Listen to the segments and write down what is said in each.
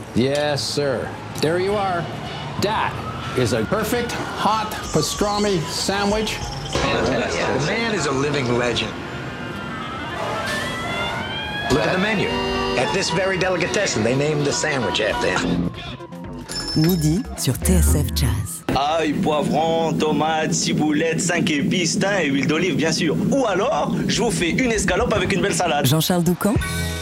Yes, sir. There you are. That is a perfect hot pastrami sandwich. The man is a living legend. Look at the menu. At this very delicatessen, they named the sandwich after him. Midi sur TSF Jazz. Ail, poivron, tomates, ciboulette, 5 épices, thym et huile d'olive, bien sûr. Ou alors, je vous fais une escalope avec une belle salade. Jean-Charles Doucan.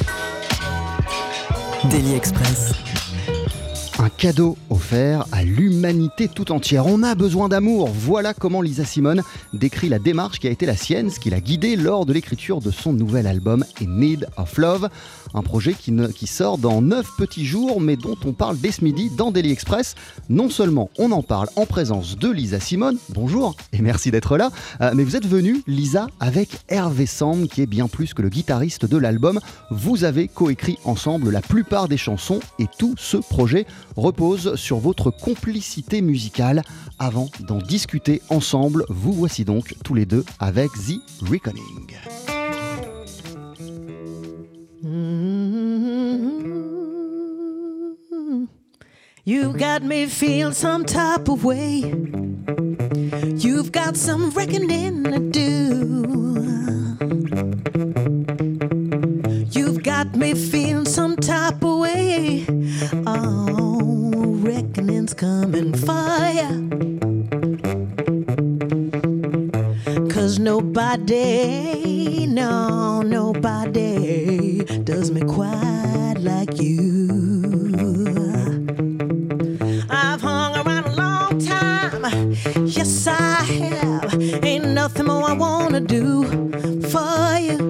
Daily Express. Un cadeau offert à l'humanité tout entière. On a besoin d'amour. Voilà comment Lisa Simone décrit la démarche qui a été la sienne, ce qui l'a guidée lors de l'écriture de son nouvel album In Need of Love. Un projet qui sort dans 9 petits jours, mais dont on parle dès ce midi dans Daily Express. Non seulement on en parle en présence de Lisa Simone, bonjour et merci d'être là, mais vous êtes venue, Lisa, avec Hervé Sambe, qui est bien plus que le guitariste de l'album. Vous avez coécrit ensemble la plupart des chansons et tout ce projet repose sur votre complicité musicale. Avant d'en discuter ensemble, vous voici donc tous les deux avec The Reckoning. You've got me feel some type of way. You've got some reckoning to do. You've got me feeling some type of way. Oh, reckoning's coming for ya. 'Cause nobody, no, nobody does me quite like you. I've hung around a long time, yes I have. Ain't nothing more I wanna do for you.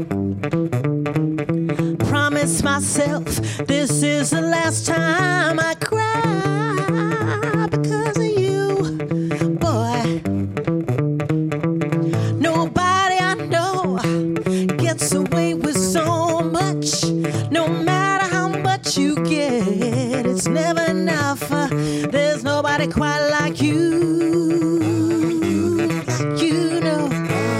Promise myself this is the last time I cry because of you, boy. Nobody I know gets away with so much. No matter how much you get, it's never enough. There's nobody quite like you. You know,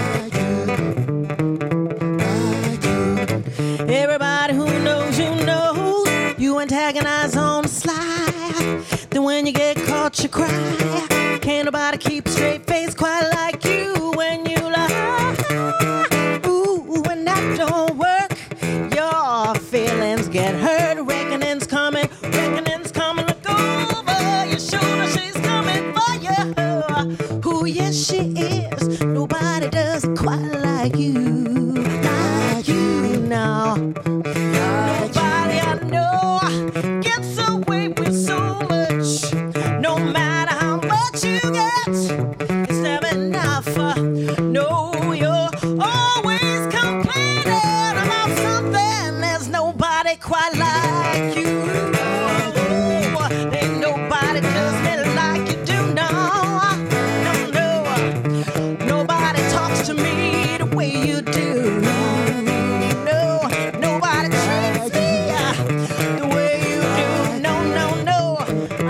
everybody who knows you knows you antagonize on the slide. Then when you get caught, you cry. Can't nobody keep a straight face quite like you when you lie. Ooh, when that don't work, your feelings get hurt. Reckoning's coming, reckoning's coming. Look over your shoulder, she's coming for you. Ooh, yes she is. Nobody does it quite like you, like you now. Nobody I know gets away with so much. No matter how much you get, it's never enough. No, you're always complaining about something. There's nobody quite like you. Ain't nobody does me like you do, no. No, no. Nobody talks to me the way you do. No, nobody treats me the way you do. No, no, no.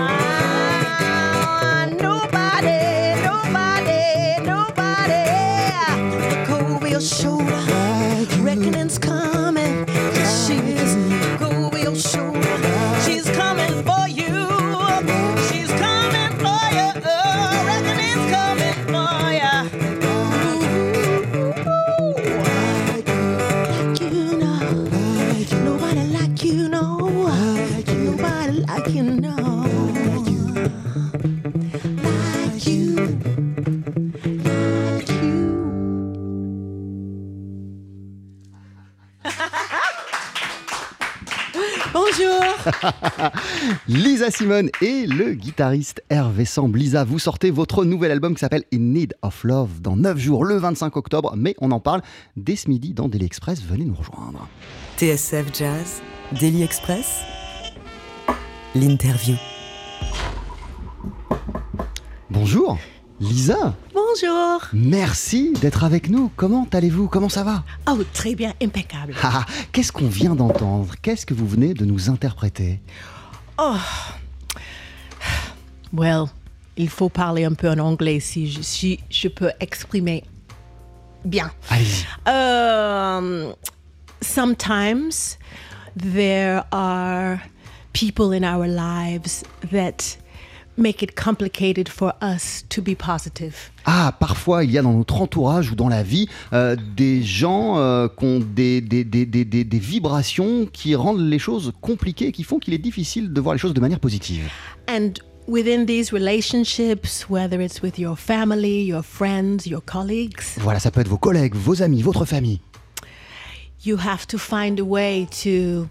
Nobody, nobody, nobody. Look over your shoulder. Reckoning's coming. Yes, she is. Look over your shoulder. She's coming for you. She's coming for you. Oh, reckoning's coming for you. Like you know. Nobody like you know. Nobody like you know. Like you. Like you. Bonjour. Lisa Simone et le guitariste Hervé Sambe. Lisa, vous sortez votre nouvel album qui s'appelle In Need of Love dans 9 jours, le 25 octobre, mais on en parle dès ce midi dans Daily Express. Venez nous rejoindre. TSF Jazz. Daily Express. L'interview. Bonjour, Lisa. Bonjour. Merci d'être avec nous. Comment allez-vous? Comment ça va? Oh, très bien, impeccable. Ah, qu'est-ce qu'on vient d'entendre? Qu'est-ce que vous venez de nous interpréter? Oh. Well, il faut parler un peu en anglais si je peux exprimer bien. Allez-y. Sometimes there are people in our lives that make it complicated for us to be positive. Ah, parfois, il y a dans notre entourage ou dans la vie des gens qui ont des vibrations qui rendent les choses compliquées, qui font qu'il est difficile de voir les choses de manière positive. And within these relationships, whether it's with your family, your friends, your colleagues, Voilà, ça peut être vos collègues, vos amis, votre famille. you have to find a way to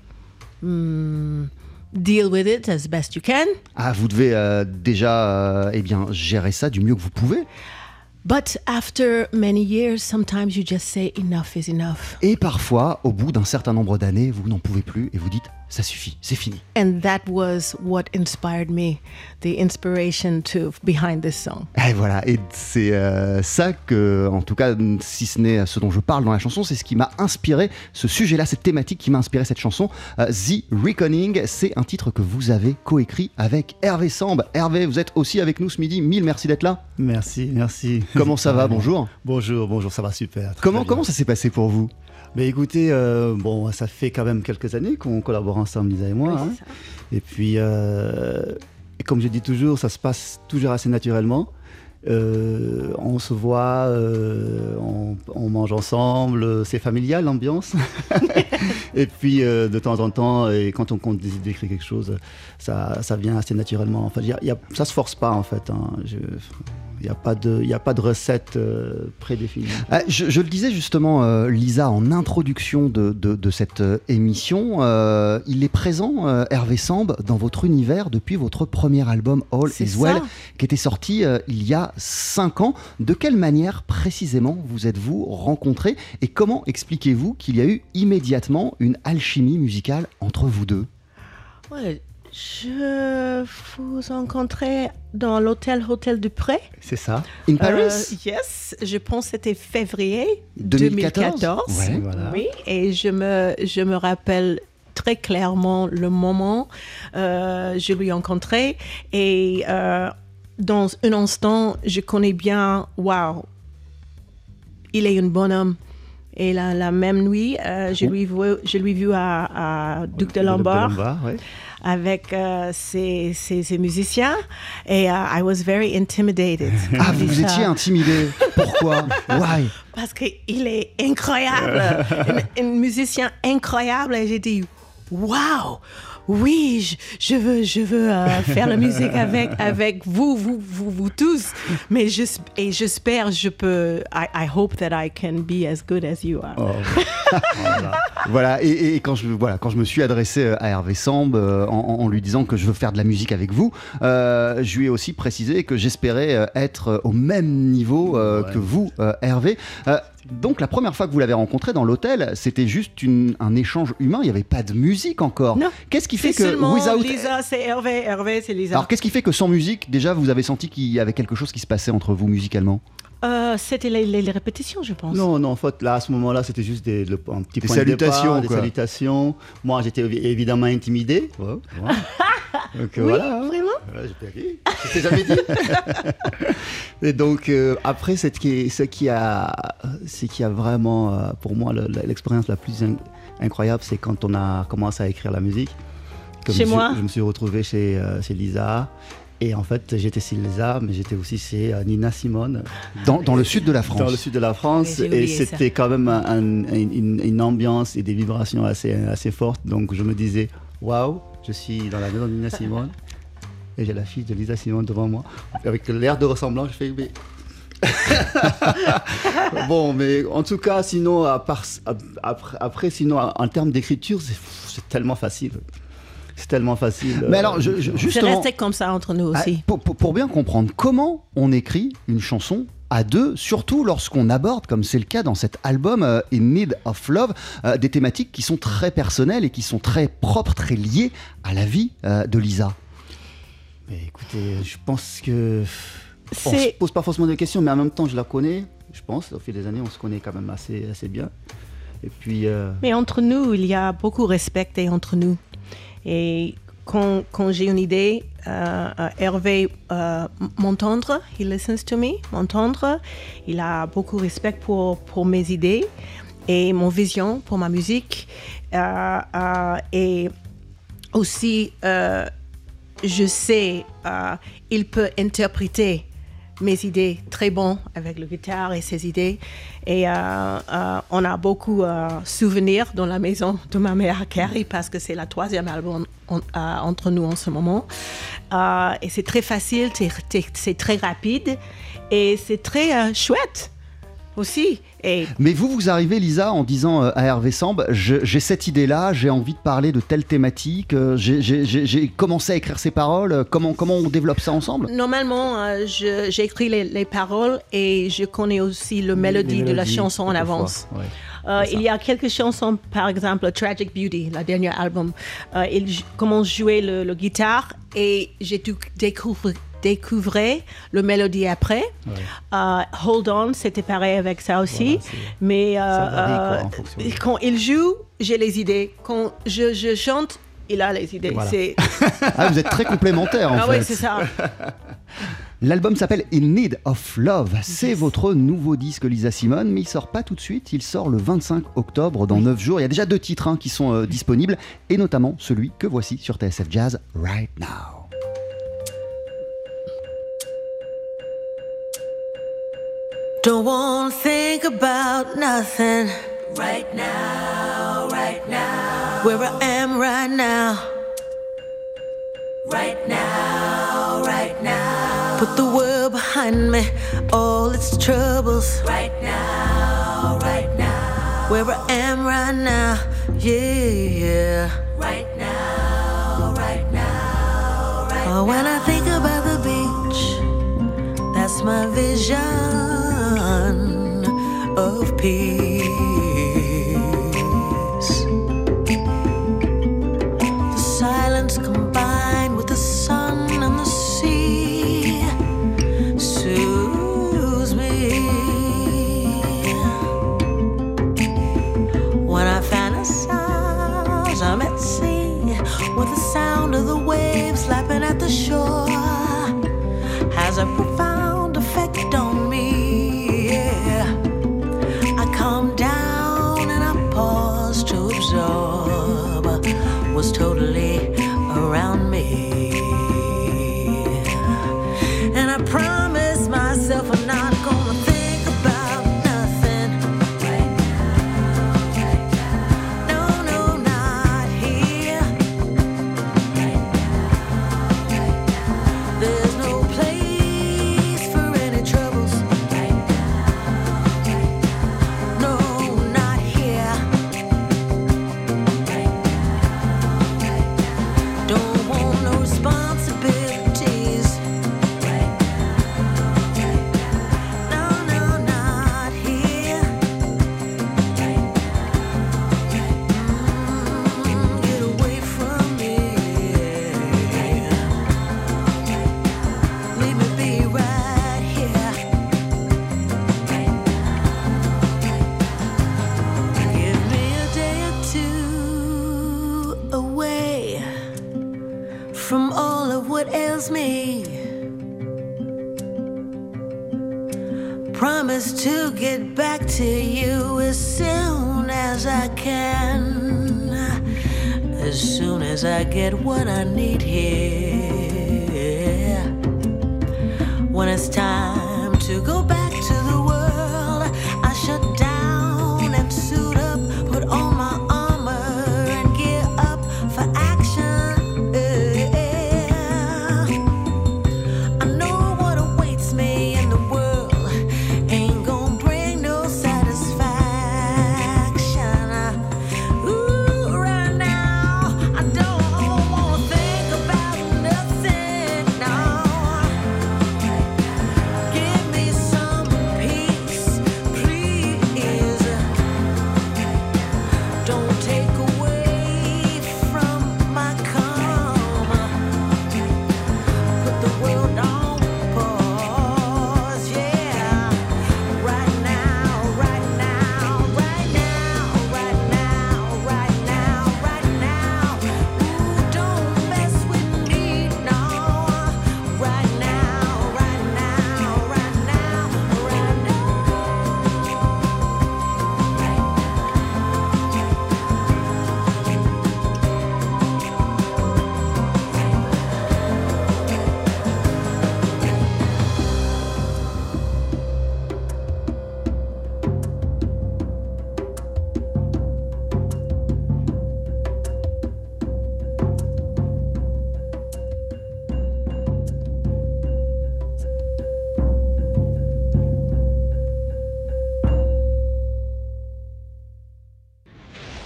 deal with it as best you can. Ah, vous devez déjà gérer ça du mieux que vous pouvez. But after many years, sometimes you just say enough is enough. Et parfois, au bout d'un certain nombre d'années, vous n'en pouvez plus et vous dites ça suffit, c'est fini. And that was what inspired me, the inspiration behind this song. Et voilà, et c'est ça que, en tout cas, si ce n'est ce dont je parle dans la chanson, c'est ce qui m'a inspiré, ce sujet-là, cette thématique qui m'a inspiré cette chanson. The Reckoning, c'est un titre que vous avez coécrit avec Hervé Sambe. Hervé, vous êtes aussi avec nous ce midi, mille merci d'être là. Merci. Comment ça va? Bonjour. Bonjour, ça va super. Comment ça s'est passé pour vous? Mais écoutez, ça fait quand même quelques années qu'on collabore ensemble, Lisa et moi. Oui, hein. c'est ça. Et puis, et comme je dis toujours, ça se passe toujours assez naturellement. On se voit, on mange ensemble, c'est familial l'ambiance. Et puis de temps en temps, et quand on décide d'écrire quelque chose, ça vient assez naturellement. Enfin, ça se force pas en fait. Hein. Il n'y a pas de recette prédéfinie. Je le disais justement, Lisa, en introduction de cette émission, il est présent, Hervé Sambe, dans votre univers depuis votre premier album All C'est Is Well, ça. qui était sorti il y a 5 ans. De quelle manière précisément vous êtes-vous rencontrés et comment expliquez-vous qu'il y a eu immédiatement une alchimie musicale entre vous deux? Ouais, je vous rencontrais dans l'hôtel du Pré. C'est ça. In Paris? Yes, je pense que c'était février 2014. 2014. Ouais. Voilà. Oui, et je me rappelle très clairement le moment je lui ai rencontré et dans un instant, je connais bien, waouh, il est un bonhomme. Et la même nuit, je l'ai vu à Duc de Lombard. Ouais. Avec ses musiciens et I was very intimidated. Ah, vous étiez intimidé. Pourquoi? Why? Parce qu'il est incroyable, un musicien incroyable et j'ai dit waouh, oui, je veux faire la musique avec vous tous, mais j'espère je peux. I hope that I can be as good as you are. Oh. Voilà, et quand je me suis adressé à Hervé Sambe en lui disant que je veux faire de la musique avec vous, je lui ai aussi précisé que j'espérais être au même niveau que vous, Hervé. Donc la première fois que vous l'avez rencontré dans l'hôtel, c'était juste un échange humain, il n'y avait pas de musique encore. Non. Qu'est-ce qui fait C'est que seulement without... Lisa, c'est Hervé, Hervé, c'est Lisa. Alors qu'est-ce qui fait que sans musique, déjà vous avez senti qu'il y avait quelque chose qui se passait entre vous musicalement? C'était les répétitions, je pense. Non, en fait, là, à ce moment-là, c'était juste un petit Des point de salutations, départ, des quoi. salutations. Moi, j'étais évidemment intimidé. Ouais. Donc, Oui, voilà. vraiment. Je t'ai jamais dit. Et donc, après, ce qui a vraiment, pour moi, l'expérience la plus incroyable, c'est quand on a commencé à écrire la musique. Chez moi. Je me suis retrouvé chez Lisa. Et en fait, j'étais chez Lisa, mais j'étais aussi chez Nina Simone. Dans le sud de la France. Dans le sud de la France. Oui, j'ai Et oublié c'était quand même une ambiance et des vibrations assez fortes. Donc je me disais, waouh, je suis dans la maison de Nina Simone. Et j'ai la fille de Lisa Simone devant moi. Avec l'air de ressemblant, je fais, mais... Bon, mais en tout cas, sinon, après, sinon, en termes d'écriture, c'est tellement facile. C'est tellement facile. Mais alors, C'est justement, resté comme ça entre nous aussi. pour bien comprendre, comment on écrit une chanson à deux, surtout lorsqu'on aborde, comme c'est le cas dans cet album In Need of Love, des thématiques qui sont très personnelles et qui sont très propres, très liées à la vie de Lisa. Mais écoutez, je pense que... On C'est- se pose pas forcément de questions, mais en même temps, je la connais. Je pense, au fil des années, on se connaît quand même assez bien. Et puis... Mais entre nous, il y a beaucoup de respect entre nous. Et quand j'ai une idée, Hervé m'entendre, he listens to me, m'entendre. Il a beaucoup de respect pour mes idées et mon vision pour ma musique. Et aussi, je sais, il peut interpréter mes idées très bon avec la guitare et ses idées. Et on a beaucoup souvenirs dans la maison de ma mère Carrie parce que c'est la 3e album entre nous en ce moment. Et c'est très facile, c'est très rapide et c'est très chouette aussi. Mais vous arrivez, Lisa, en disant à Hervé Samb, j'ai cette idée-là, j'ai envie de parler de telle thématique, j'ai commencé à écrire ces paroles, comment on développe ça ensemble ? Normalement, j'écris les paroles et je connais aussi la mélodie de la chanson en avance. Il y a quelques chansons, par exemple Tragic Beauty, le dernier album, il commence à jouer le guitare et j'ai découvert la mélodie après. Hold On, c'était pareil avec ça aussi. Voilà, mais quand il joue, j'ai les idées. Quand je chante, il a les idées. Voilà. Vous êtes très complémentaires en fait. Ah oui, c'est ça. L'album s'appelle In Need of Love. C'est votre nouveau disque, Lisa Simone, mais il sort pas tout de suite. Il sort le 25 octobre, dans 9 jours. Il y a déjà 2 titres qui sont disponibles, et notamment celui que voici sur TSF Jazz, Right Now. Don't wanna think about nothing right now, where I am right now, put the world behind me, all its troubles, right now, where I am right now, yeah, right now. Oh, when I think about the beach, that's my vision of peace. The silence combined with the sun and the sea soothes me. When I fantasize, I'm at sea with the sound of the waves lapping at the shore has a profound effect on me. Yeah. I calm down and I pause to absorb what's totally around me. And I promise myself I'm not gonna think about nothing right now. No, not here. There's no place for any troubles. No, not here. Don't want no responsibilities. No, not here. Get away from me. Leave me be right here. Give me a day or two away from all of what ails me. Promise to get back to you as soon as I can. As soon as I get what I need here. When it's time to go back to the world, I shut down and suit up, put on my armor and gear up for action. I know what awaits me in the world ain't gonna bring no satisfaction. Ooh, right now I don't wanna think about nothing. No, give me some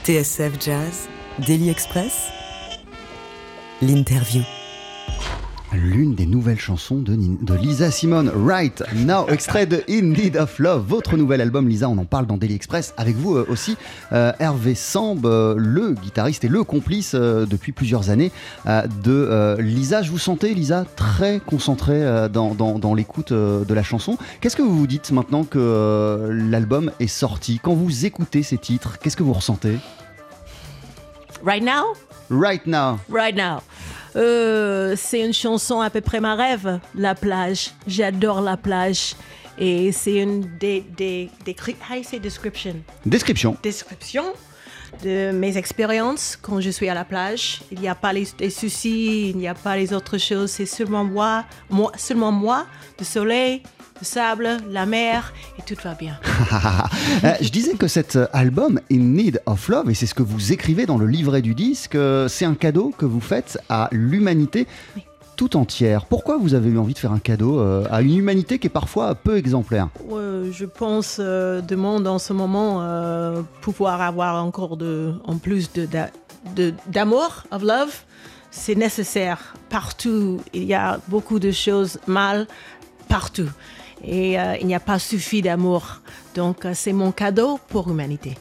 TSF Jazz, Daily Express, l'interview. L'une des nouvelles chansons de Lisa Simone, Right Now, extrait de In Need of Love, votre nouvel album. Lisa, on en parle dans Daily Express avec vous aussi. Hervé Samb, le guitariste et le complice depuis plusieurs années de Lisa. Je vous sentais, Lisa, très concentrée dans l'écoute de la chanson. Qu'est-ce que vous vous dites maintenant que l'album est sorti? Quand vous écoutez ces titres, qu'est-ce que vous ressentez? Right now? Right Now. Right now. C'est une chanson à peu près ma rêve, la plage. J'adore la plage. Et c'est une how you say description? Description De mes expériences quand je suis à la plage. Il n'y a pas les soucis, il n'y a pas les autres choses. C'est seulement moi, le soleil, le sable, la mer, et tout va bien. Je disais que cet album, In Need of Love, et c'est ce que vous écrivez dans le livret du disque, c'est un cadeau que vous faites à l'humanité tout entière. Pourquoi vous avez eu envie de faire un cadeau à une humanité qui est parfois peu exemplaire? Je pense demande en ce moment pouvoir avoir encore en plus d'amour, of love. C'est nécessaire partout. Il y a beaucoup de choses mal partout. Et il n'y a pas suffi d'amour. Donc, c'est mon cadeau pour l'humanité.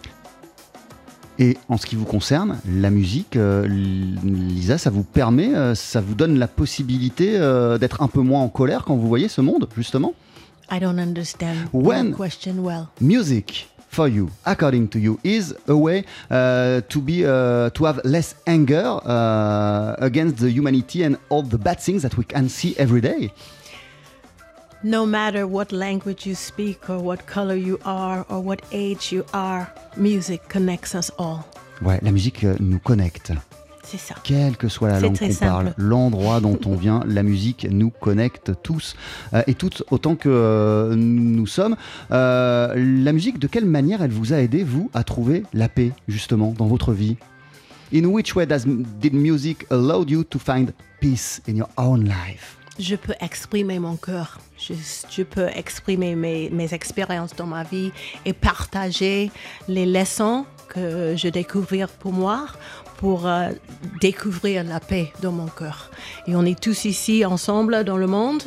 Et en ce qui vous concerne, la musique, Lisa, ça vous permet, ça vous donne la possibilité d'être un peu moins en colère quand vous voyez ce monde, justement? I don't understand When your question well. Music, for you, according to you, is a way to have less anger against the humanity and all the bad things that we can see every day. No matter what language you speak or what color you are or what age you are, music connects us all. Ouais, la musique nous connecte. C'est ça. Quelle que soit la langue qu'on parle, l'endroit dont on vient, la musique nous connecte tous et toutes autant que nous sommes. La musique, de quelle manière elle vous a aidé, vous, à trouver la paix, justement, dans votre vie? In which way did music allow you to find peace in your own life? Je peux exprimer mon cœur, je peux exprimer mes expériences dans ma vie et partager les leçons que je découvre pour moi, pour découvrir la paix dans mon cœur. Et on est tous ici ensemble dans le monde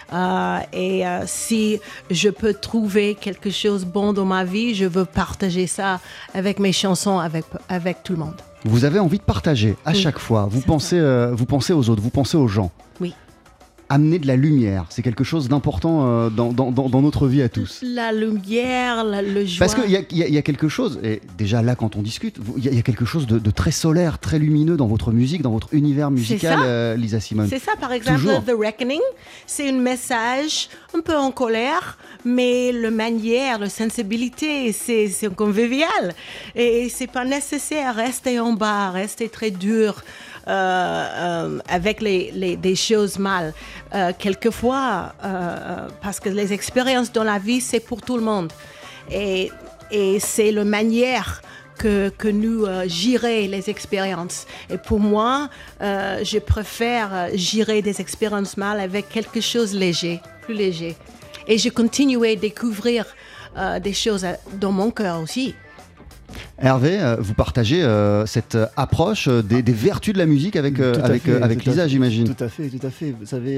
si je peux trouver quelque chose de bon dans ma vie, je veux partager ça avec mes chansons, avec tout le monde. Vous avez envie de partager à chaque fois, vous pensez aux autres, vous pensez aux gens. Oui. Amener de la lumière, c'est quelque chose d'important dans notre vie à tous. La lumière, le joie. Parce qu'il y a quelque chose, et déjà là quand on discute, il y a quelque chose de très solaire, très lumineux dans votre musique, dans votre univers musical, Lisa Simone. C'est ça, par exemple, toujours. The Reckoning, c'est un message un peu en colère, mais la manière, la sensibilité, c'est convivial. Et c'est pas nécessaire, rester en bas, rester très dur. Avec des choses mal. Quelquefois, parce que les expériences dans la vie, c'est pour tout le monde. Et c'est la manière que nous gérer les expériences. Et pour moi, je préfère gérer des expériences mal avec quelque chose de léger, plus léger. Et je continue à découvrir des choses dans mon cœur aussi. Hervé, vous partagez cette approche des vertus de la musique avec Lisa, j'imagine. Tout à fait. Vous savez,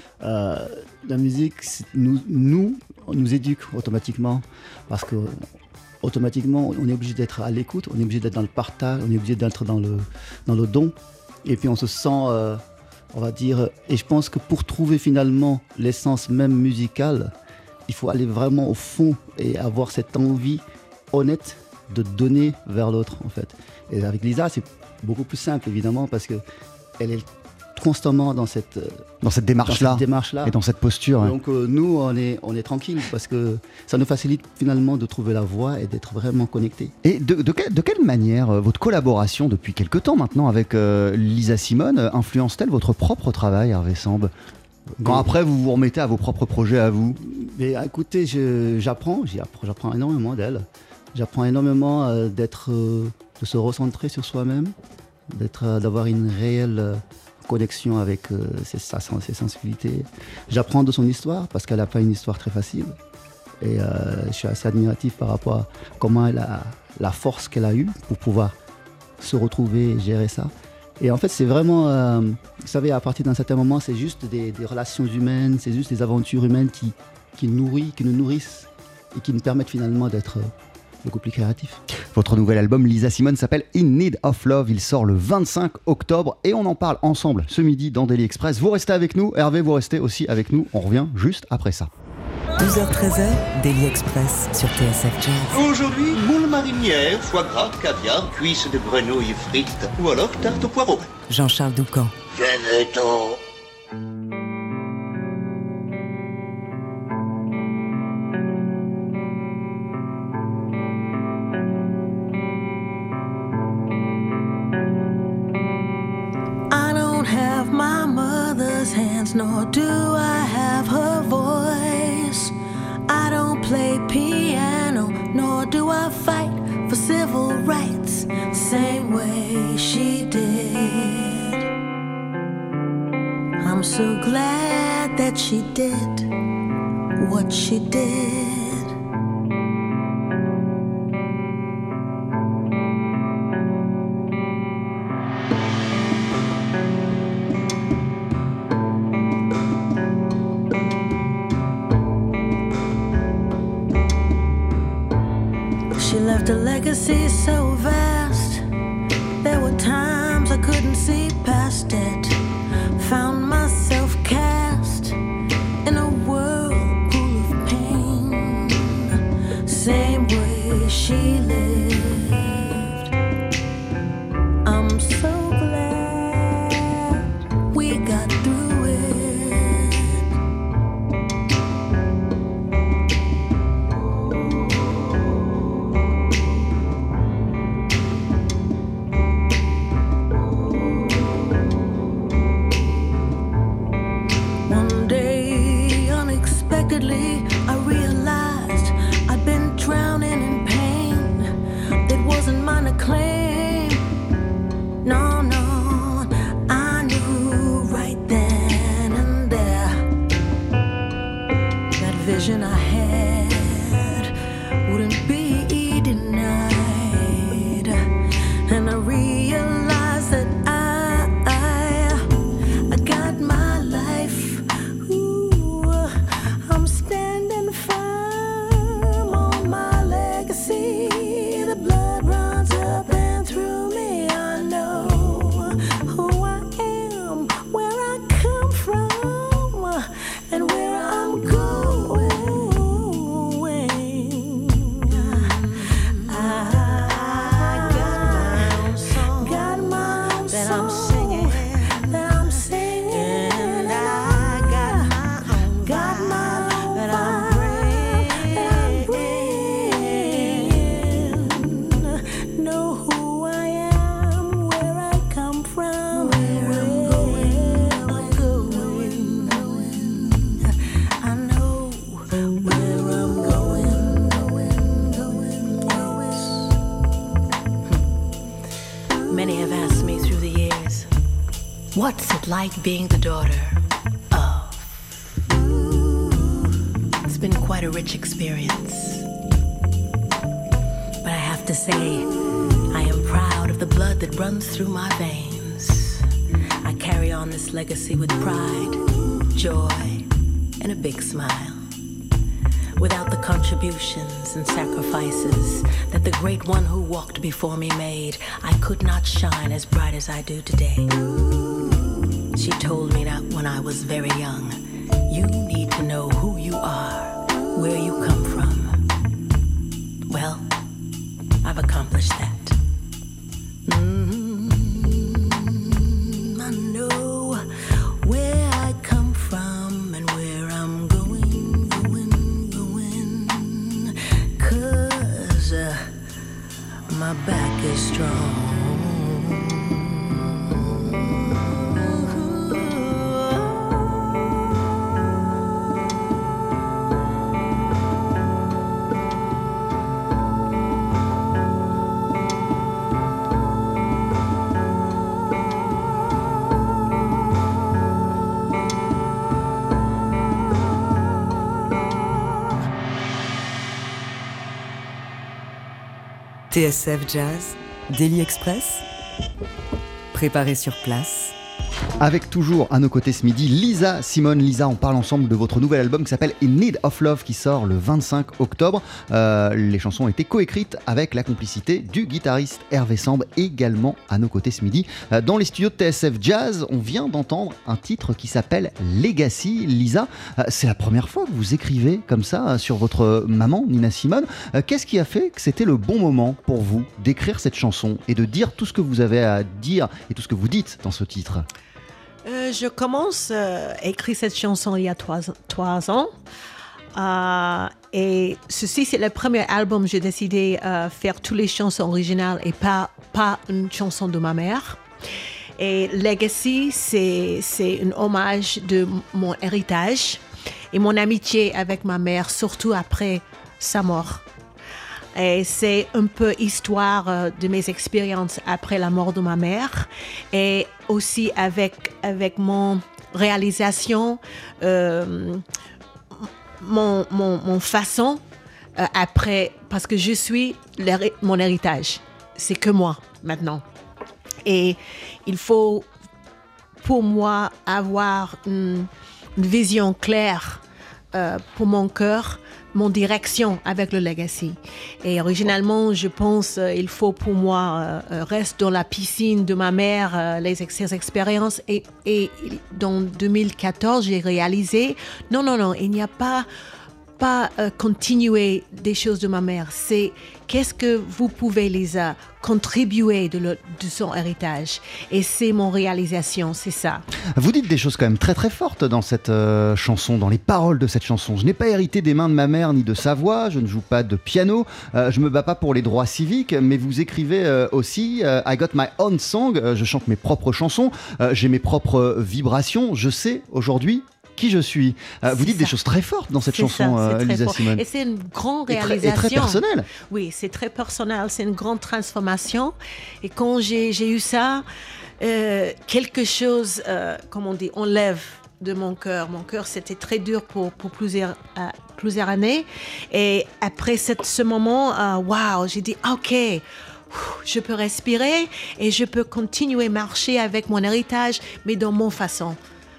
la musique nous éduque automatiquement parce que automatiquement on est obligé d'être à l'écoute, on est obligé d'être dans le partage, on est obligé d'être dans le don. Et puis on se sent, on va dire, et je pense que pour trouver finalement l'essence même musicale, il faut aller vraiment au fond et avoir cette envie honnête de donner vers l'autre en fait. Et avec Lisa, c'est beaucoup plus simple évidemment parce que elle est constamment dans cette démarche-là et dans cette posture. Donc nous, on est tranquille parce que ça nous facilite finalement de trouver la voie et d'être vraiment connectés. Et de quelle manière votre collaboration depuis quelque temps maintenant avec Lisa Simone influence-t-elle votre propre travail, Hervé Samb? Quand après vous vous remettez à vos propres projets à vous? Mais écoutez, j'apprends énormément d'elle. J'apprends énormément de se recentrer sur soi-même, d'avoir une réelle connexion avec ses sensibilités. J'apprends de son histoire parce qu'elle n'a pas une histoire très facile. Et je suis assez admiratif par rapport à comment elle a la force qu'elle a eue pour pouvoir se retrouver et gérer ça. Et en fait, c'est vraiment, vous savez, à partir d'un certain moment, c'est juste des relations humaines, c'est juste des aventures humaines qui nous nourrissent et qui nous permettent finalement d'être beaucoup plus créatifs. Votre nouvel album, Lisa Simone, s'appelle In Need of Love. Il sort le 25 octobre et on en parle ensemble ce midi dans Daily Express. Vous restez avec nous. Hervé, vous restez aussi avec nous. On revient juste après ça. 12h-13h, Daily Express sur TSF Jazz. Aujourd'hui, moule marinière, foie gras, caviar, cuisses de grenouille frites ou alors tarte au poireau. Jean-Charles Doucan. Venez-t'en. I don't have my mother's hands, nor do I have her voice. I don't play piano, nor do I fight for civil rights the same way she did. I'm so glad that she did what she did. She left a legacy so vast. There were times I couldn't see past it. Found myself cast in a whirlpool of pain. Same way she lived. I'm so glad we got through it. I realized I'd been drowning in pain. It wasn't mine to claim. No, no, I knew right then and there that vision I had wouldn't be denied. And I realized that I got my life. I'm standing firm on my legacy. The blood runs up and through me. I know who I am, where I come from, and where I'm going. I got my own that I'm singing, that I'm singing, and I got my that I'm bringing. Know who I am, where I come from, where I'm going. I know where I'm going. Many have asked me through the years, what's it like being the daughter of? It's been quite a rich experience. But I have to say, I am proud of the blood that runs through my veins. I carry on this legacy with pride, joy, and a big smile. Without the contributions and sacrifices that the great one who walked before me made, I could not shine as bright as I do today. She told me that when I was very young, you need to know who you are, where you come from. Well, I've accomplished that. I know where I come from and where I'm going, 'cause my back is strong. TSF Jazz, Daily Express, préparé sur place. Avec toujours à nos côtés ce midi Lisa Simone. Lisa, on parle ensemble de votre nouvel album qui s'appelle In Need of Love qui sort le 25 octobre. Les chansons ont été coécrites avec la complicité du guitariste Hervé Sambe, également à nos côtés ce midi. Dans les studios de TSF Jazz, on vient d'entendre un titre qui s'appelle Legacy. Lisa, c'est la première fois que vous écrivez comme ça sur votre maman Nina Simone. Qu'est-ce qui a fait que c'était le bon moment pour vous d'écrire cette chanson et de dire tout ce que vous avez à dire et tout ce que vous dites dans ce titre? Je commence à écrire cette chanson il y a 3 ans. Et ceci, c'est le premier album que j'ai décidé de faire toutes les chansons originales et pas une chanson de ma mère. Et Legacy, c'est un hommage de mon héritage et mon amitié avec ma mère, surtout après sa mort. Et c'est un peu histoire de mes expériences après la mort de ma mère et aussi avec mon réalisation, mon façon après, parce que je suis mon héritage. C'est que moi maintenant. Et il faut pour moi avoir une vision claire pour mon cœur, mon direction avec le legacy. Et originalement, je pense il faut pour moi rester dans la piscine de ma mère, ses expériences. Et dans 2014, j'ai réalisé, non, il n'y a pas continuer des choses de ma mère. C'est qu'est-ce que vous pouvez, Lisa, contribuer de son héritage. Et c'est mon réalisation, c'est ça. Vous dites des choses quand même très très fortes dans cette chanson, dans les paroles de cette chanson. Je n'ai pas hérité des mains de ma mère ni de sa voix, je ne joue pas de piano, je me bats pas pour les droits civiques, mais vous écrivez aussi I got my own song, je chante mes propres chansons, j'ai mes propres vibrations, je sais aujourd'hui qui je suis. Vous dites des choses très fortes dans cette chanson, Lisa Simone. Et c'est une grande réalisation. Et très personnelle. Oui, c'est très personnel. C'est une grande transformation. Et quand j'ai eu ça, quelque chose, comme on dit, enlève de mon cœur. Mon cœur, c'était très dur pour plusieurs années. Et après ce moment, waouh, j'ai dit, OK, je peux respirer et je peux continuer à marcher avec mon héritage, mais dans mon façon.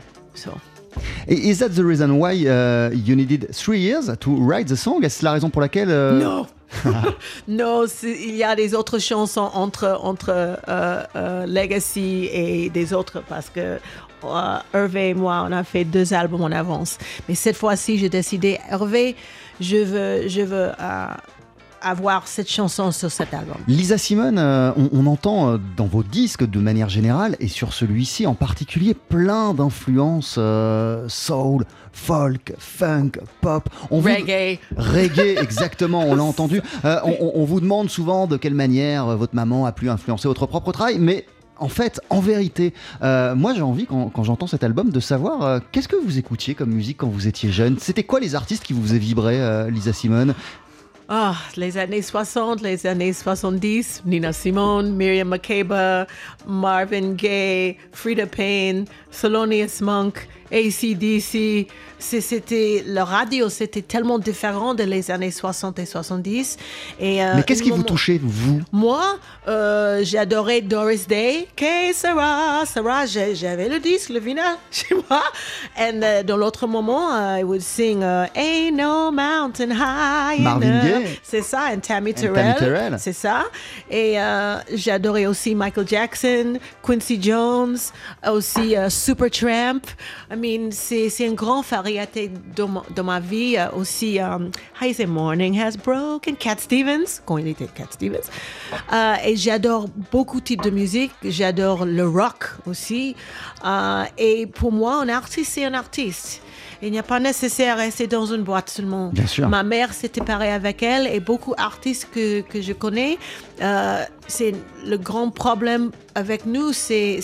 Is that the reason why you needed 3 years to write the song? Est-ce la raison pour laquelle Non. Non, il y a des autres chansons entre Legacy et des autres parce que Hervé et moi, on a fait 2 albums en avance. Mais cette fois-ci, j'ai décidé, Hervé, je veux avoir cette chanson sur cet album. Lisa Simone, on entend dans vos disques de manière générale et sur celui-ci en particulier plein d'influences soul, folk, funk, pop. Reggae. Reggae, exactement, on l'a entendu. On vous demande souvent de quelle manière votre maman a pu influencer votre propre travail, mais en fait, en vérité, moi j'ai envie, quand j'entends cet album, de savoir qu'est-ce que vous écoutiez comme musique quand vous étiez jeune. C'était quoi les artistes qui vous faisaient vibrer, Lisa Simone? Les années 60, les années 70, Nina Simone, Miriam Makeba, Marvin Gaye, Frida Payne, Thelonious Monk, AC/DC. La radio, c'était tellement différent de les années 60 et 70. Mais qu'est-ce qui vous touchait, vous? Moi, j'adorais Doris Day, que Sarah, j'avais le disque, le vinyle chez moi. Et dans l'autre moment, I would sing Ain't No Mountain High. Marvin Gaye. C'est ça, et Tammy Terrell. C'est ça. Et j'adorais aussi Michael Jackson, Quincy Jones, aussi Supertramp. I mean, c'est une grande variété dans ma vie. Aussi, I Say Morning Has Broken, Cat Stevens, quand il était Cat Stevens. Et j'adore beaucoup de types de musique. J'adore le rock aussi. Et pour moi, un artiste, c'est un artiste. Il n'y a pas nécessaire de rester dans une boîte seulement. Bien sûr. Ma mère s'était pareil avec elle et beaucoup d'artistes que je connais. C'est le grand problème avec nous, c'est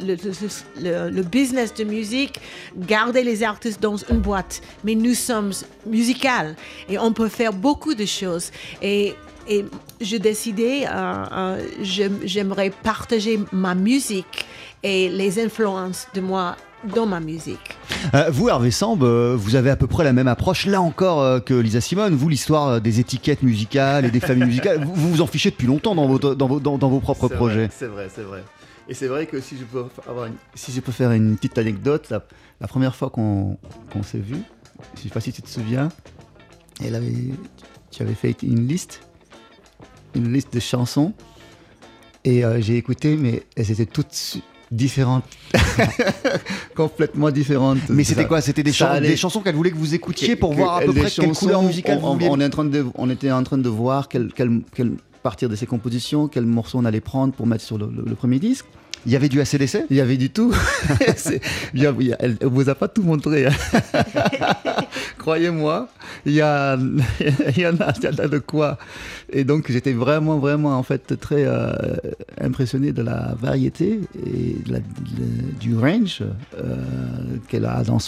le business de musique, garder les artistes dans une boîte. Mais nous sommes musicaux et on peut faire beaucoup de choses. Et j'ai décidé, j'aimerais partager ma musique et les influences de moi dans ma musique. Vous, Hervé Samb, vous avez à peu près la même approche, là encore, que Lisa Simone. Vous, l'histoire des étiquettes musicales et des familles musicales, vous vous en fichez depuis longtemps dans vos propres projets. C'est vrai. Et c'est vrai que si je peux faire une petite anecdote, la première fois qu'on s'est vu, je ne sais pas si tu te souviens, tu avais fait une liste de chansons et j'ai écouté, mais elles étaient toutes différentes, complètement différentes. Mais c'était quoi? C'était des chansons qu'elle voulait que vous écoutiez pour voir à peu près quelle couleur musicale vous vouliez. On était en train de voir partir de ces compositions, quels morceaux on allait prendre pour mettre sur le premier disque. Il y avait du AC/DC? Il y avait du tout. Elle ne vous a pas tout montré. Hein. Croyez-moi, il y en a de quoi. Et donc, j'étais vraiment, en fait, très impressionné de la variété et du range qu'elle a dans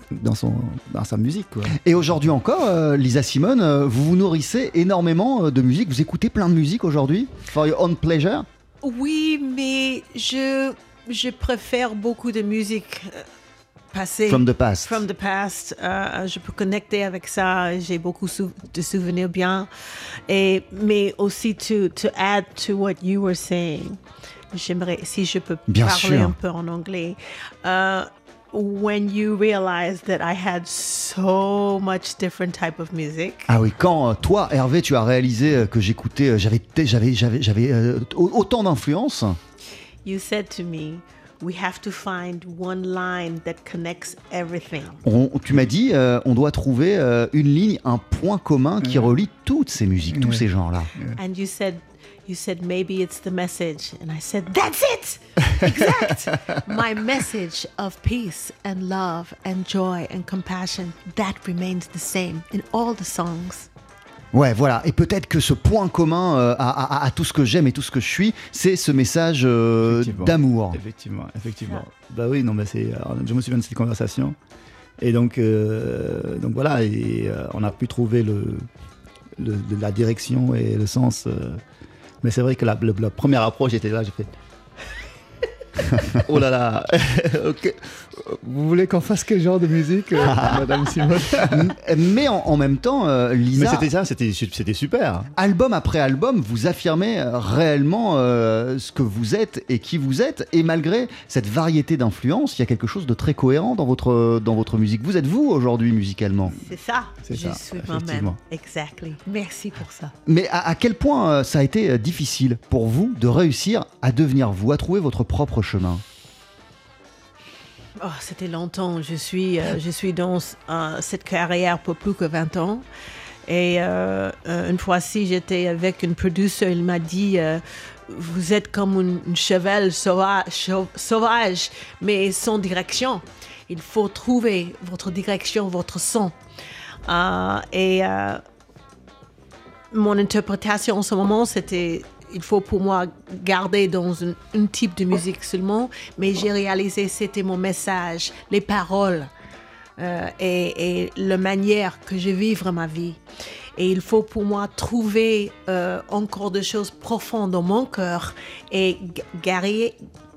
sa musique. Quoi. Et aujourd'hui encore, Lisa Simone, vous vous nourrissez énormément de musique. Vous écoutez plein de musique aujourd'hui? For your own pleasure? Oui, mais je préfère beaucoup de musique passée. From the past. Je peux connecter avec ça. J'ai beaucoup de souvenirs bien. Mais aussi to add to what you were saying. J'aimerais, si je peux parler un peu en anglais. When you realize that I had so much different type of music. Ah oui, quand toi, Hervé, tu as réalisé que j'écoutais, j'avais autant d'influence. You said to me, we have to find one line that connects everything. Tu m'as dit, on doit trouver une ligne, un point commun qui relie toutes ces musiques, tous ces genres-là. And you said maybe it's the message, and I said that's it, exact. My message of peace and love and joy and compassion, that remains the same in all the songs. Ouais, voilà. Et peut-être que ce point commun à tout ce que j'aime et tout ce que je suis, c'est ce message d'amour. Effectivement. Bah oui, non, mais je me souviens de cette conversation. Et donc voilà, on a pu trouver la direction et le sens. Mais c'est vrai que la première approche était là, j'ai fait... Oh là là. Okay. Vous voulez qu'on fasse quel genre de musique, Madame Simone? Mais en même temps, Lisa... Mais c'était super. Album après album, vous affirmez réellement ce que vous êtes et qui vous êtes. Et malgré cette variété d'influences, il y a quelque chose de très cohérent dans votre musique. Vous êtes vous aujourd'hui musicalement? C'est ça. Je suis moi-même. Exactly. Merci pour ça. Mais à quel point ça a été difficile pour vous de réussir à devenir vous, à trouver votre propre chemin? Oh, c'était longtemps. Je suis dans cette carrière pour plus que 20 ans. Et une fois-ci, j'étais avec une producer. Il m'a dit vous êtes comme une cheval sauvage, mais sans direction. Il faut trouver votre direction, votre son. Mon interprétation en ce moment, c'était... Il faut pour moi garder dans un type de musique seulement, mais j'ai réalisé que c'était mon message, les paroles et la manière que je vivre ma vie. Et il faut pour moi trouver encore des choses profondes dans mon cœur et guérir.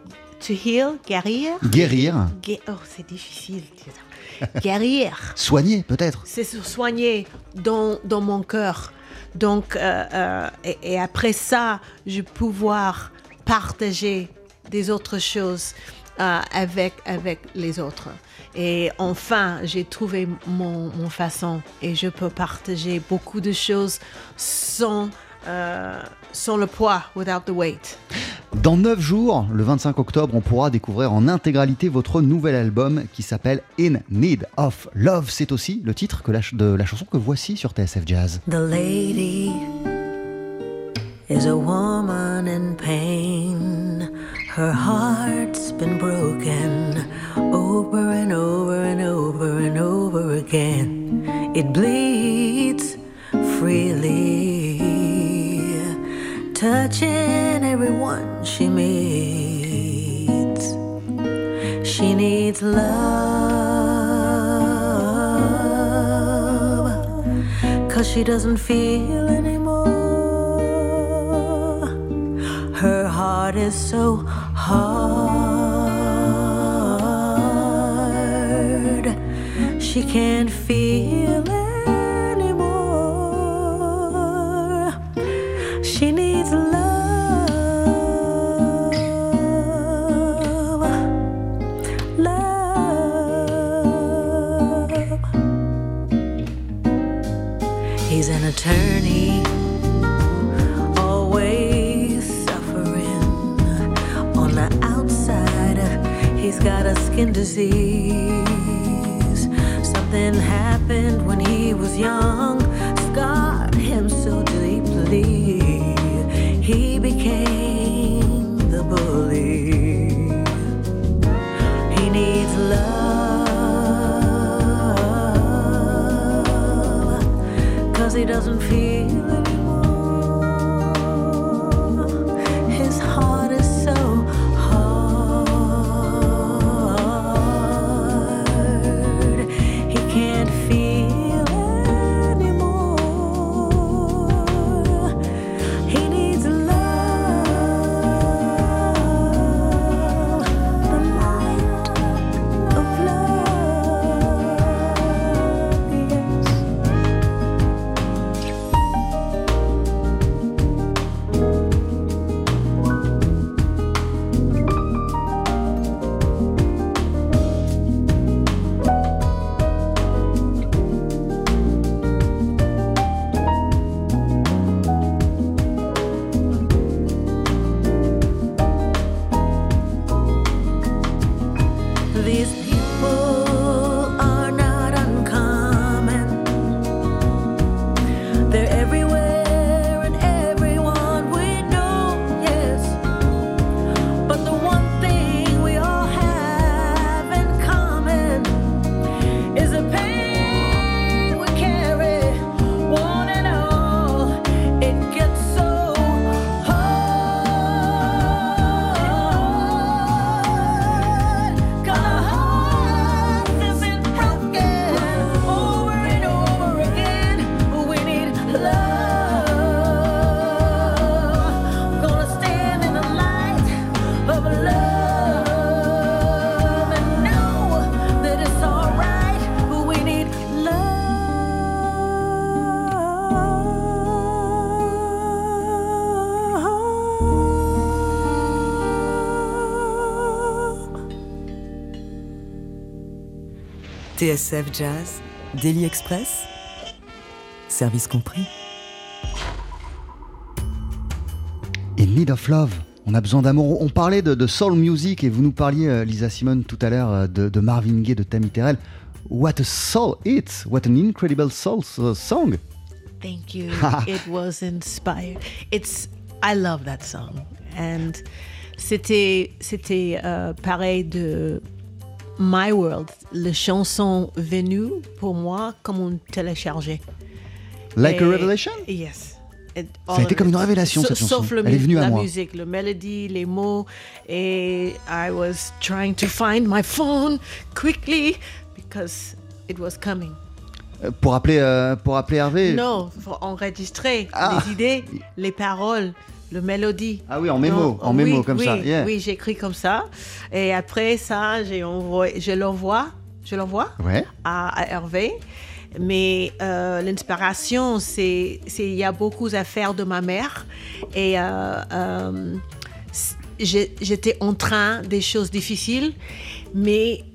Oh, c'est difficile. Guérir. Soigner, peut-être. C'est soigner dans mon cœur. Donc, et après ça, je vais pouvoir partager des autres choses avec les autres. Et enfin, j'ai trouvé mon façon et je peux partager beaucoup de choses sans le poids, without the weight. Dans 9 jours, le 25 octobre, on pourra découvrir en intégralité votre nouvel album qui s'appelle In Need of Love. C'est aussi le titre de la chanson que voici sur TSF Jazz. The lady is a woman in pain. Her heart's been broken over and over and over and over again. It bleeds freely, touching everyone she meets. She needs love, 'cause she doesn't feel anymore. Her heart is so hard. she can't feel anymore. She needs love, love. He's an attorney, always suffering. On the outside, he's got a skin disease. Something happened when he was young, scarred him so deeply. He became the bully. He needs love, 'cause he doesn't feel anymore. His heart is so hard. He can't feel anymore. He needs love, the light of love, yes. These people are not uncommon. They're everywhere and everyone we know, yes. But the one thing we all have in common is the pain we carry, one and all. It gets so hard. 'Cause our hearts have been broken over and over again. We need love. Gonna stand in the light of love and know that it's alright. We need love. TSF Jazz, Daily Express, service compris. In Need of Love. On a besoin d'amour. On parlait de soul music et vous nous parliez, Lisa Simone, tout à l'heure de Marvin Gaye, de Tammy Terrell. What a soul it's! What an incredible soul song! Thank you. It was inspired. I love that song. And c'était pareil de My World, les chansons venues pour moi comme on téléchargeait. Like a revelation? Yes. Ça a été comme une révélation, cette chanson. Sauf Elle est venue à la moi. musique, le mélodie, les mots. Et I was trying to find my phone quickly because it was coming. Pour appeler Hervé? Non, pour enregistrer les idées, les paroles, le mélodie. Ah oui, en mémo, comme ça. Yeah. Oui, j'écris comme ça. Et après ça, je l'envoie Ouais. à Hervé. Mais l'inspiration, il y a beaucoup d'affaires de ma mère. Et j'étais en train des choses difficiles, mais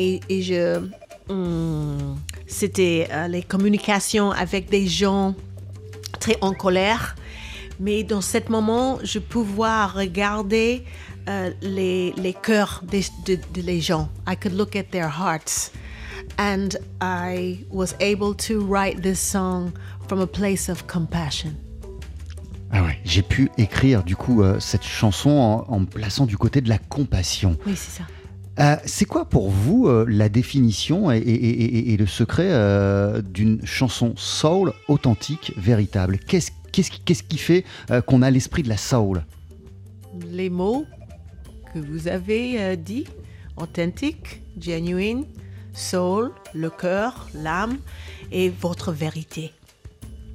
c'était les communications avec des gens très en colère. Mais dans ce moment, je pouvais regarder les cœurs des gens. I could look at their hearts. And I was able to write this song from a place of compassion. Ah ouais, j'ai pu écrire du coup cette chanson en me plaçant du côté de la compassion. Oui, c'est ça. C'est quoi pour vous la définition et le secret d'une chanson soul authentique, véritable? Qu'est-ce qui fait qu'on a l'esprit de la soul? Les mots que vous avez dit, authentique, genuine, soul, le cœur, l'âme et votre vérité.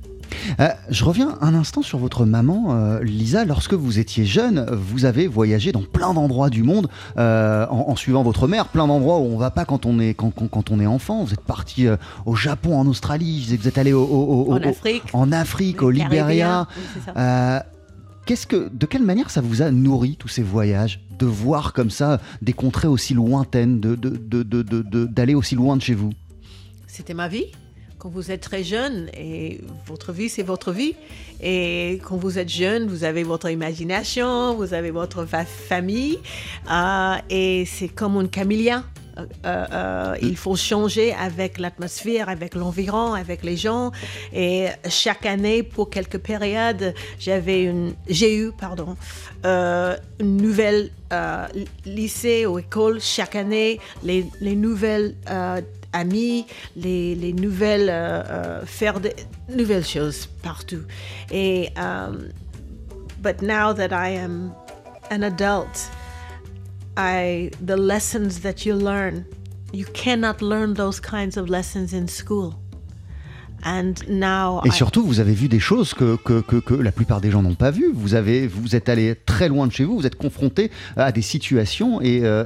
Je reviens un instant sur votre maman, Lisa. Lorsque vous étiez jeune, vous avez voyagé dans plein d'endroits du monde en suivant votre mère, plein d'endroits où on ne va pas quand on est enfant. Vous êtes parti au Japon, en Australie, vous êtes allé en Afrique, au Libéria. Oui, c'est ça. De quelle manière ça vous a nourri tous ces voyages, de voir comme ça des contrées aussi lointaines, d'aller aussi loin de chez vous? C'était ma vie. Quand vous êtes très jeune, et votre vie, c'est votre vie. Et quand vous êtes jeune, vous avez votre imagination, vous avez votre famille. Et c'est comme un caméléon. Il faut changer avec l'atmosphère, avec l'environnement, avec les gens. Et chaque année, pour quelques périodes, j'ai eu une nouvelle lycée ou école chaque année, les nouvelles amis, les nouvelles faire de nouvelles choses partout. Et but now that I am an adult, the lessons that you learn, you cannot learn those kinds of lessons in school. And now et surtout, vous avez vu des choses que la plupart des gens n'ont pas vues. Vous êtes allé très loin de chez vous, vous êtes confronté à des situations et à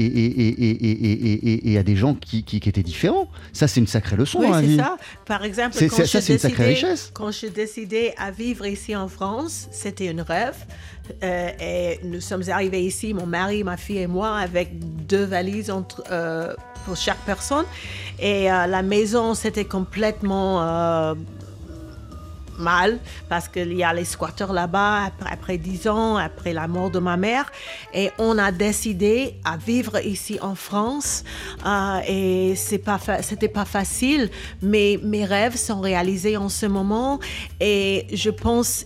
des gens qui étaient différents. Ça, c'est une sacrée leçon dans la vie. Oui, c'est ça. Par exemple, quand j'ai décidé à vivre ici en France, c'était un rêve. Et nous sommes arrivés ici, mon mari, ma fille et moi, avec 2 valises pour chaque personne. Et la maison, c'était complètement mal, parce qu'il y a les squatteurs là-bas, après 10 ans, après la mort de ma mère. Et on a décidé à vivre ici en France. Et c'était pas facile, mais mes rêves sont réalisés en ce moment. Et je pense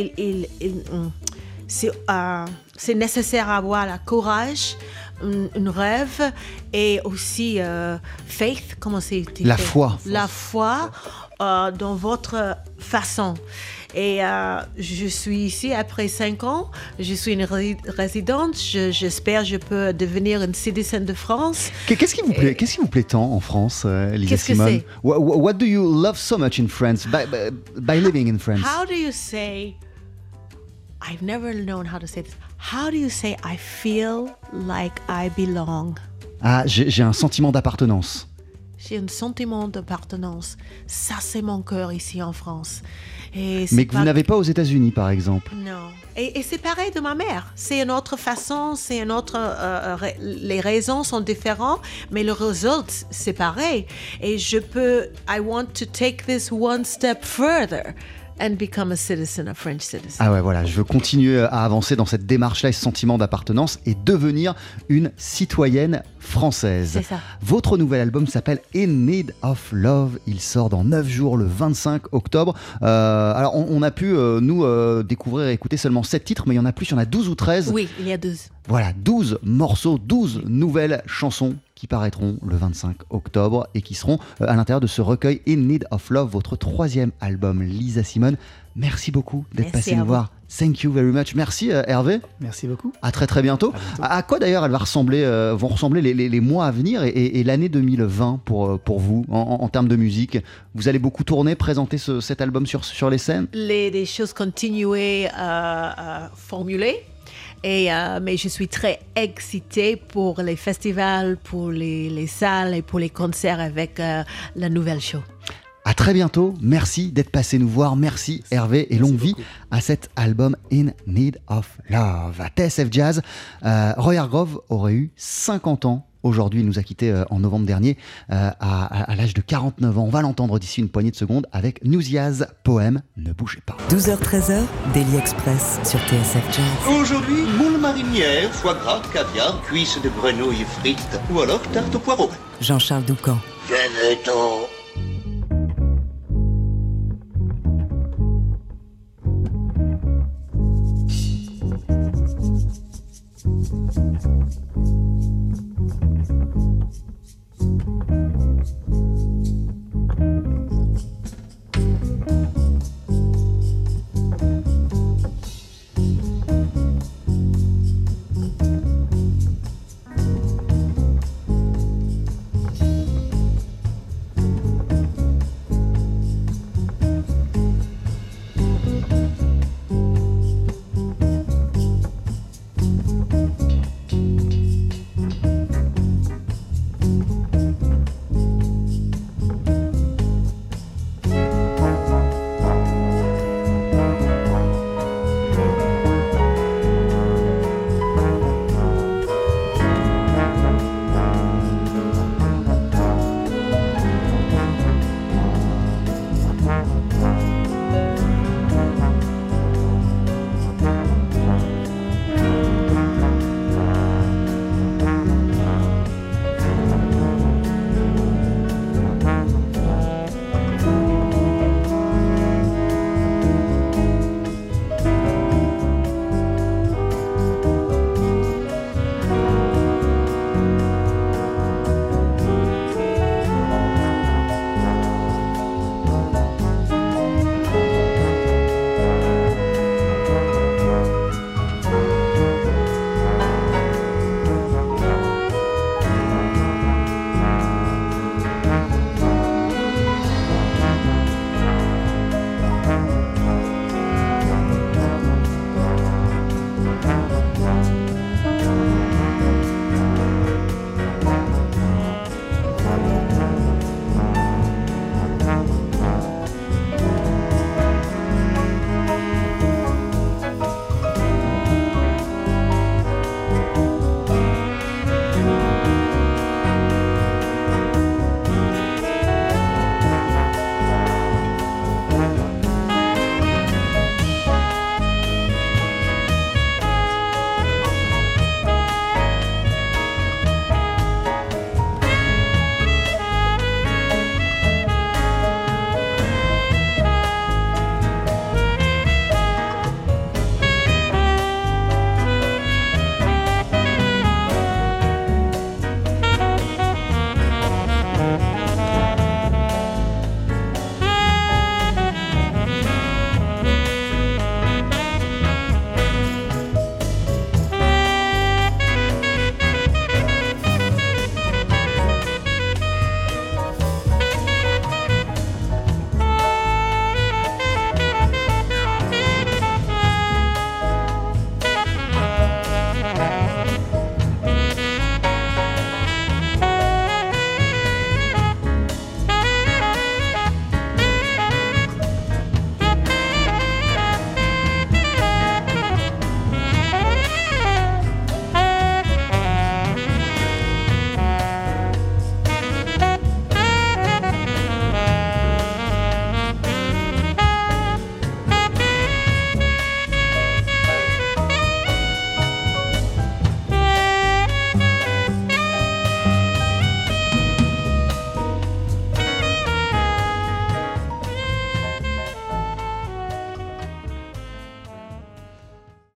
c'est nécessaire d'avoir le courage, un rêve et aussi faith, comment c'est dit? La foi. La foi dans votre façon. Et je suis ici après 5 ans. Je suis une résidente. J'espère que je peux devenir une citoyenne de France. Qu'est-ce qui vous plaît tant en France, Lisa Simone? Qu'est-ce que c'est? What do you love so much in France by living in France? How do you say? I've never known how to say this. How do you say I feel like I belong? Ah, j'ai un sentiment d'appartenance. J'ai un sentiment d'appartenance. Ça, c'est mon cœur ici en France. Mais que vous n'avez pas aux États-Unis, par exemple. Non. Et c'est pareil de ma mère. C'est une autre façon, c'est une autre. Les raisons sont différentes, mais le résultat, c'est pareil. Et I want to take this one step further. And become a citizen, a French citizen. Ah ouais, voilà, je veux continuer à avancer dans cette démarche-là, ce sentiment d'appartenance et devenir une citoyenne française. C'est ça. Votre nouvel album s'appelle In Need of Love. Il sort dans 9 jours, le 25 octobre. Alors, on a pu, découvrir et écouter seulement 7 titres, mais il y en a plus, il y en a 12 ou 13. Oui, il y a 12. Voilà, 12 morceaux, 12 nouvelles chansons qui paraîtront le 25 octobre et qui seront à l'intérieur de ce recueil In Need of Love, votre 3e album, Lisa Simone. Merci beaucoup d'être passé nous voir. Thank you very much. Merci Hervé. Merci beaucoup. À très très bientôt. À quoi d'ailleurs vont ressembler les mois à venir et l'année 2020 pour vous en termes de musique? Vous allez beaucoup tourner, présenter cet album sur les scènes? Les choses continuer à formuler. Mais je suis très excitée pour les festivals, pour les salles et pour les concerts avec la nouvelle show. À très bientôt. Merci d'être passé nous voir. Merci Hervé et longue vie à cet album In Need of Love. À TSF Jazz, Roy Hargrove aurait eu 50 ans. Aujourd'hui, il nous a quittés en novembre dernier à l'âge de 49 ans. On va l'entendre d'ici une poignée de secondes avec Newsiaz Poème. Ne bougez pas. 12h-13h, Daily Express sur TSF Jazz. Aujourd'hui, moule marinière, foie gras, caviar, cuisses de grenouille frites ou alors tarte au poireau. Jean-Charles Doucan. Venez-t'en.